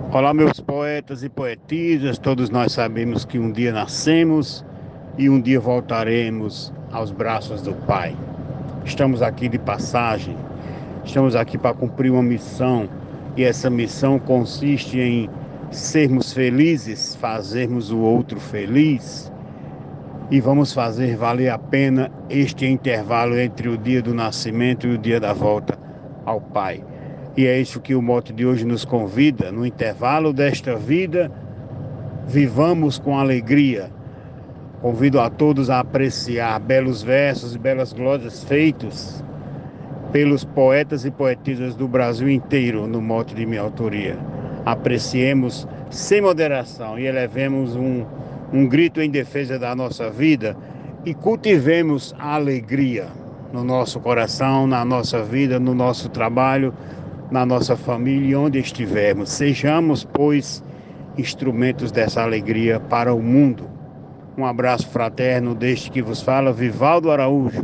Olá, meus poetas e poetisas, todos nós sabemos que um dia nascemos e um dia voltaremos aos braços do Pai. Estamos aqui de passagem, estamos aqui para cumprir uma missão e essa missão consiste em sermos felizes, fazermos o outro feliz e vamos fazer valer a pena este intervalo entre o dia do nascimento e o dia da volta ao Pai. E é isso que o mote de hoje nos convida. No intervalo desta vida, vivamos com alegria. Convido a todos a apreciar belos versos e belas glórias feitos pelos poetas e poetisas do Brasil inteiro no mote de minha autoria. Apreciemos sem moderação e elevemos um grito em defesa da nossa vida e cultivemos a alegria no nosso coração, na nossa vida, no nosso trabalho, na nossa família e onde estivermos. Sejamos, pois, instrumentos dessa alegria para o mundo. Um abraço fraterno deste que vos fala, Vivaldo Araújo.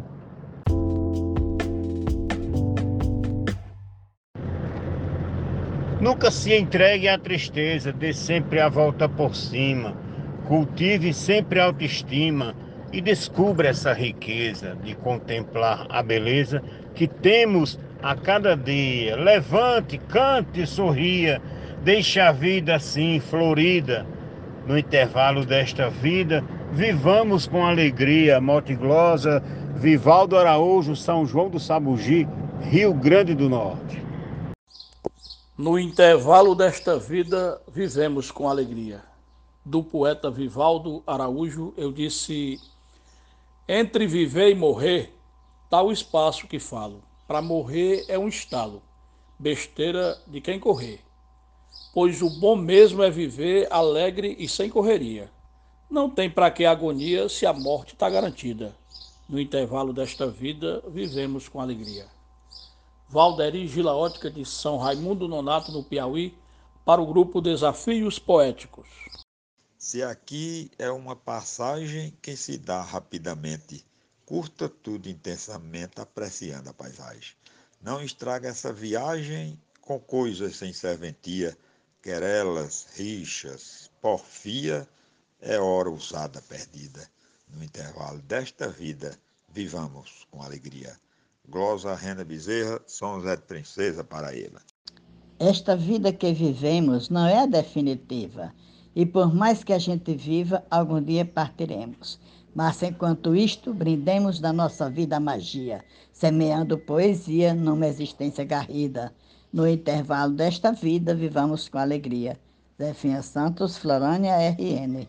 Nunca se entregue à tristeza, dê sempre a volta por cima. Cultive sempre a autoestima e descubra essa riqueza de contemplar a beleza que temos a cada dia. Levante, cante, sorria, deixe a vida assim florida. No intervalo desta vida, vivamos com alegria. Mote glosa, Vivaldo Araújo, São João do Sabugi, Rio Grande do Norte. No intervalo desta vida, vivemos com alegria. Do poeta Vivaldo Araújo, eu disse: entre viver e morrer, tá o espaço que falo. Para morrer é um estalo, besteira de quem correr. Pois o bom mesmo é viver alegre e sem correria. Não tem para que agonia se a morte está garantida. No intervalo desta vida, vivemos com alegria. Valderi Gila Ótica de São Raimundo Nonato, no Piauí, para o grupo Desafios Poéticos. Se aqui é uma passagem que se dá rapidamente, curta tudo intensamente, apreciando a paisagem. Não estraga essa viagem com coisas sem serventia, querelas, rixas, porfia, é hora usada perdida. No intervalo desta vida, vivamos com alegria. Glosa Renda Bezerra, São José de Princesa, Paraíba. Esta vida que vivemos não é a definitiva, e por mais que a gente viva, algum dia partiremos. Mas enquanto isto, brindemos da nossa vida a magia, semeando poesia numa existência garrida. No intervalo desta vida, vivamos com alegria. Zefinha Santos, Florânia, RN.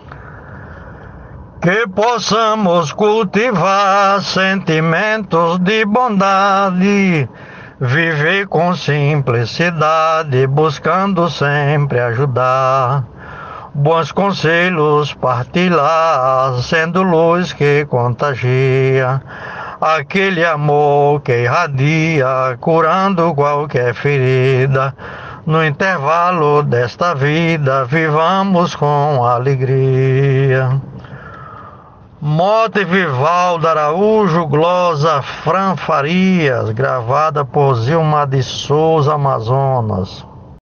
Que possamos cultivar sentimentos de bondade, viver com simplicidade, buscando sempre ajudar. Bons conselhos partilhar, sendo luz que contagia. Aquele amor que irradia, curando qualquer ferida. No intervalo desta vida, vivamos com alegria. Mote Vivaldo Araújo, glosa Fran Farias, gravada por Zilmar de Souza, Amazonas.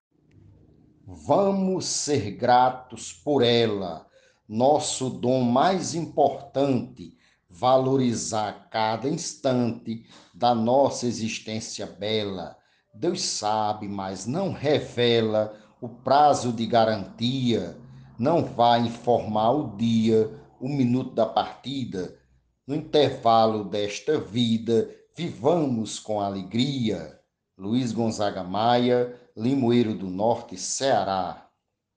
Vamos ser gratos por ela, nosso dom mais importante, valorizar cada instante da nossa existência bela. Deus sabe, mas não revela o prazo de garantia, não vai informar o dia, o minuto da partida. No intervalo desta vida, vivamos com alegria. Luiz Gonzaga Maia, Limoeiro do Norte, Ceará.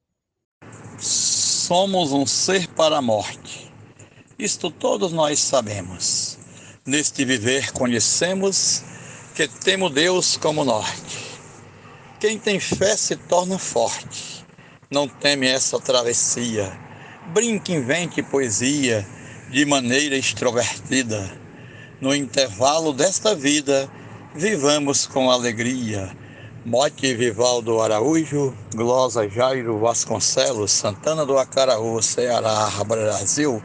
Somos um ser para a morte. Isto todos nós sabemos. Neste viver conhecemos que temos Deus como norte. Quem tem fé se torna forte. Não teme essa travessia. Brinque, invente poesia de maneira extrovertida. No intervalo desta vida, vivamos com alegria. Mote Vivaldo Araújo, glosa Jairo Vasconcelos, Santana do Acaraú, Ceará, Brasil.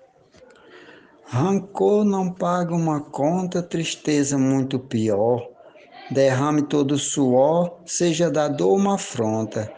Rancor não paga uma conta, tristeza muito pior. Derrame todo o suor, seja da dor uma afronta.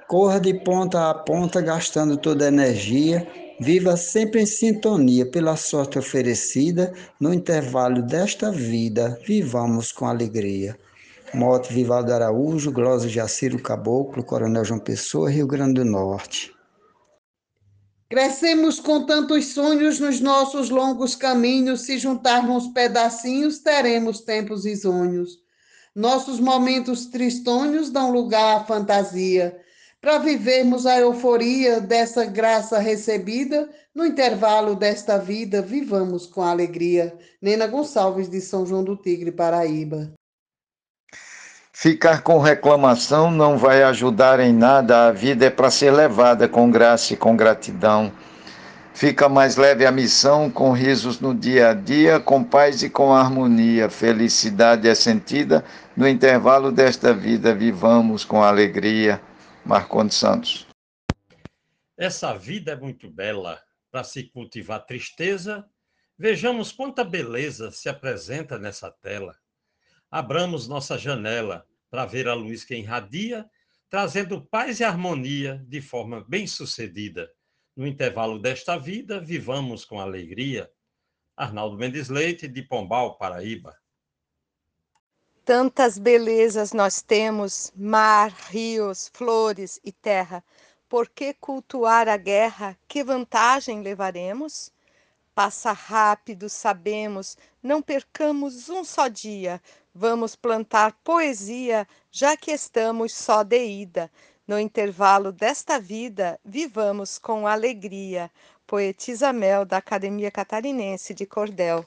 Corra de ponta a ponta, gastando toda a energia. Viva sempre em sintonia pela sorte oferecida. No intervalo desta vida, vivamos com alegria. Mote Vivaldo Araújo, Glósia Jaciro Caboclo, Coronel João Pessoa, Rio Grande do Norte. Crescemos com tantos sonhos nos nossos longos caminhos, se juntarmos pedacinhos, teremos tempos risonhos. Nossos momentos tristonhos dão lugar à fantasia, para vivermos a euforia dessa graça recebida, no intervalo desta vida, vivamos com alegria. Nena Gonçalves, de São João do Tigre, Paraíba. Ficar com reclamação não vai ajudar em nada, a vida é para ser levada com graça e com gratidão. Fica mais leve a missão, com risos no dia a dia, com paz e com harmonia. Felicidade é sentida, no intervalo desta vida, vivamos com alegria. Marcondes Santos. Essa vida é muito bela, para se cultivar tristeza, vejamos quanta beleza se apresenta nessa tela. Abramos nossa janela para ver a luz que irradia, trazendo paz e harmonia de forma bem-sucedida. No intervalo desta vida, vivamos com alegria. Arnaldo Mendes Leite, de Pombal, Paraíba. Tantas belezas nós temos, mar, rios, flores e terra. Por que cultuar a guerra? Que vantagem levaremos? Passa rápido, sabemos, não percamos um só dia. Vamos plantar poesia, já que estamos só de ida. No intervalo desta vida, vivamos com alegria. Poetisa Mel, da Academia Catarinense de Cordel.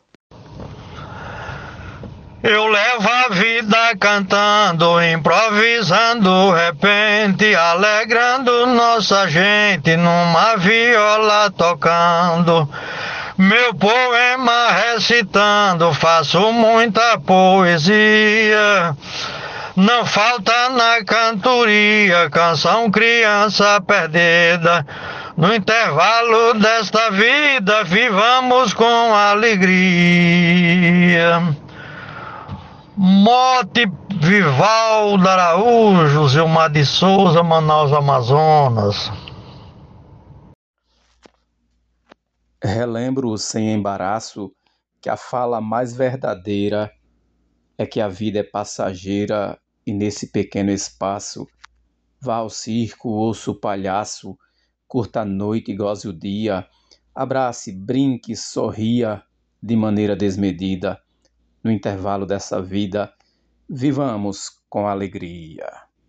Eu levo a vida cantando, improvisando, repente, alegrando nossa gente, numa viola tocando. Meu poema recitando, faço muita poesia. Não falta na cantoria, canção criança perdida. No intervalo desta vida, vivamos com alegria. Mote Vivaldo Araújo, Zilmar de Souza, Manaus, Amazonas. Relembro sem embaraço que a fala mais verdadeira é que a vida é passageira e nesse pequeno espaço vá ao circo, ouça o palhaço, curta a noite e goze o dia, abrace, brinque, sorria de maneira desmedida. No intervalo dessa vida, vivamos com alegria.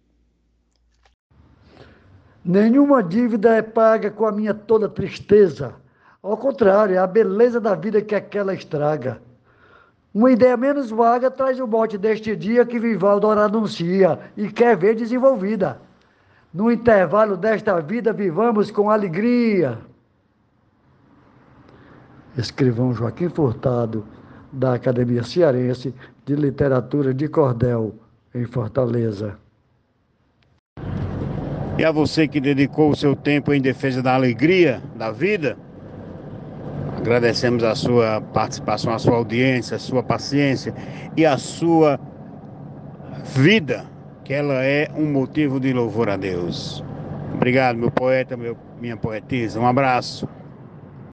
Nenhuma dívida é paga com a minha toda tristeza. Ao contrário, é a beleza da vida que aquela estraga. Uma ideia menos vaga traz o mote deste dia que Vivaldo ora anuncia e quer ver desenvolvida. No intervalo desta vida, vivamos com alegria. Escrivão Joaquim Furtado, da Academia Cearense de Literatura de Cordel, em Fortaleza. E a você que dedicou o seu tempo em defesa da alegria da vida, agradecemos a sua participação, a sua audiência, a sua paciência e a sua vida, que ela é um motivo de louvor a Deus. Obrigado, meu poeta, minha poetisa. Um abraço.